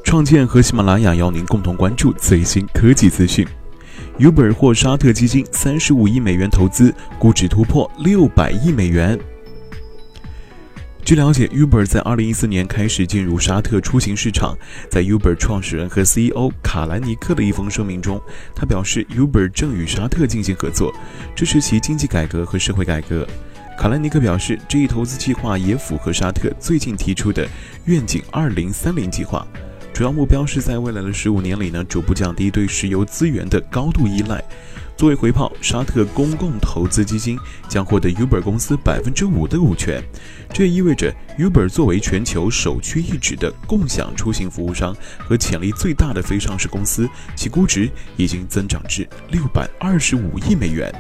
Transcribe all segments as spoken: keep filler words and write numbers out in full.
创建和喜马拉雅邀您共同关注最新科技资讯。Uber 获沙特基金三十五亿美元投资，估值突破六百亿美元。据了解 ，Uber 在二零一四年开始进入沙特出行市场。在 Uber 创始人和 C E O 卡兰尼克的一封声明中，他表示 Uber 正与沙特进行合作，支持其经济改革和社会改革。卡兰尼克表示，这一投资计划也符合沙特最近提出的愿景二零三零计划。主要目标是在未来的十五年里呢，逐步降低对石油资源的高度依赖。作为回报，沙特公共投资基金将获得 Uber 公司百分之五的股权。这也意味着 Uber 作为全球首屈一指的共享出行服务商和潜力最大的非上市公司，其估值已经增长至六百二十五亿美元。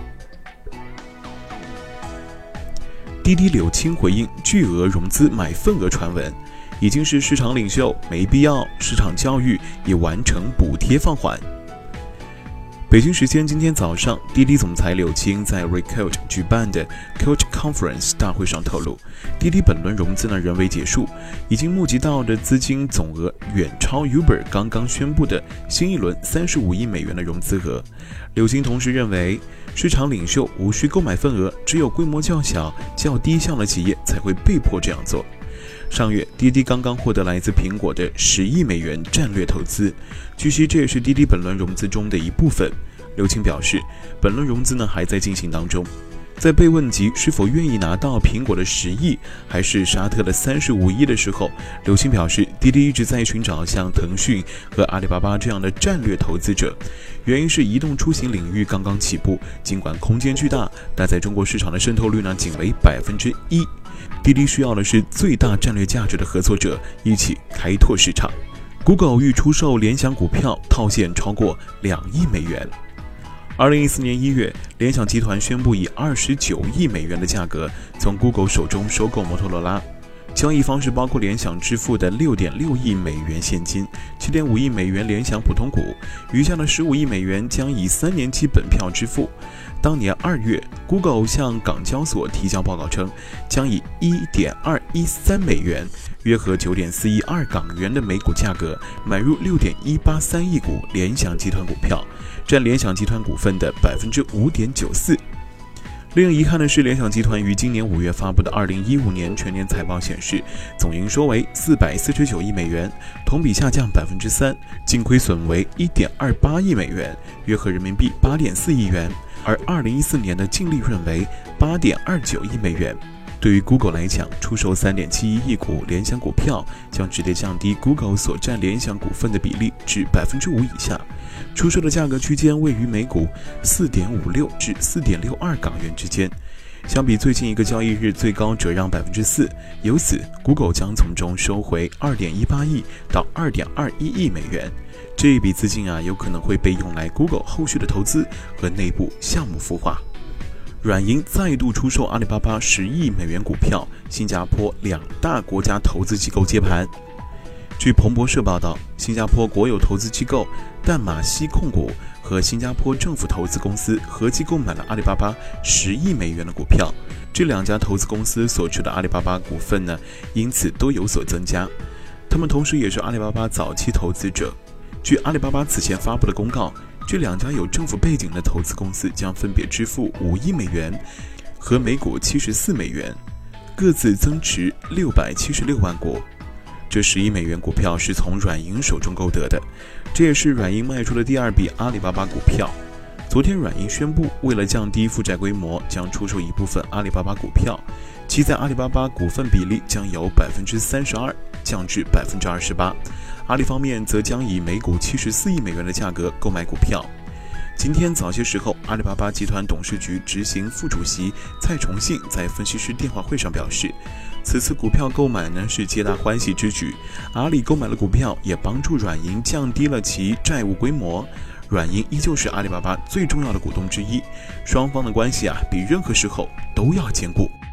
滴滴柳青回应巨额融资买份额传闻。已经是市场领袖，没必要市场教育，已完成补贴放缓。北京时间今天早上，滴滴总裁柳青在 Recode 举办的 Coach Conference 大会上透露，滴滴本轮融资呢仍未结束，已经募集到的资金总额远超 Uber 刚刚宣布的新一轮三十五亿美元的融资额。柳青同时认为，市场领袖无需购买份额，只有规模较小、较低项的企业才会被迫这样做。上月，滴滴刚刚获得来自苹果的十亿美元战略投资，据悉这也是滴滴本轮融资中的一部分。刘青表示，本轮融资呢还在进行当中。在被问及是否愿意拿到苹果的十亿，还是沙特的三十五亿的时候，刘青表示，滴滴一直在寻找像腾讯和阿里巴巴这样的战略投资者，原因是移动出行领域刚刚起步，尽管空间巨大，但在中国市场的渗透率呢仅为百分之一。滴滴需要的是最大战略价值的合作者，一起开拓市场。Google 欲出售联想股票，套现超过两亿美元。二零一四年一月，联想集团宣布以二十九亿美元的价格从 Google 手中收购摩托罗拉。交易方式包括联想支付的 六点六亿美元现金、七点五亿美元联想普通股，余下的十五亿美元将以三年期本票支付。当年二月 ，Google 向港交所提交报告称，将以 一点二一三美元，约合九点四一二港元的每股价格买入 六点一八三亿股联想集团股票，占联想集团股份的 百分之五点九四。令人遗憾的是，联想集团于今年五月发布的二零一五年全年财报显示，总营收为四百四十九亿美元，同比下降 百分之三， 净亏损为 一点二八亿美元，约合人民币 八点四亿元，而二零一四年的净利润为 八点二九亿美元。对于 Google 来讲，出售 三点七一亿股联想股票将直接降低 Google 所占联想股份的比例至 百分之五 以下，出售的价格区间位于每股 四点五六 至 四点六二港元之间，相比最近一个交易日最高折让 百分之四， 由此 Google 将从中收回 二点一八亿到 二点二一亿美元。这一笔资金啊，有可能会被用来 Google 后续的投资和内部项目孵化。软银再度出售阿里巴巴十亿美元股票，新加坡两大国家投资机构接盘。据彭博社报道，新加坡国有投资机构淡马锡控股和新加坡政府投资公司合计购买了阿里巴巴十亿美元的股票。这两家投资公司所持的阿里巴巴股份呢，因此都有所增加。他们同时也是阿里巴巴早期投资者。据阿里巴巴此前发布的公告，这两家有政府背景的投资公司将分别支付五亿美元和每股七十四美元，各自增持六百七十六万股。这十亿美元股票是从软银手中购得的，这也是软银卖出的第二笔阿里巴巴股票。昨天软银宣布，为了降低负债规模，将出售一部分阿里巴巴股票，其在阿里巴巴股份比例将由 百分之三十二 降至 百分之二十八。阿里方面则将以每股七十四亿美元的价格购买股票。今天早些时候，阿里巴巴集团董事局执行副主席蔡崇信在分析师电话会上表示，此次股票购买呢是皆大欢喜之举，阿里购买了股票也帮助软银降低了其债务规模，软银依旧是阿里巴巴最重要的股东之一，双方的关系啊比任何时候都要坚固。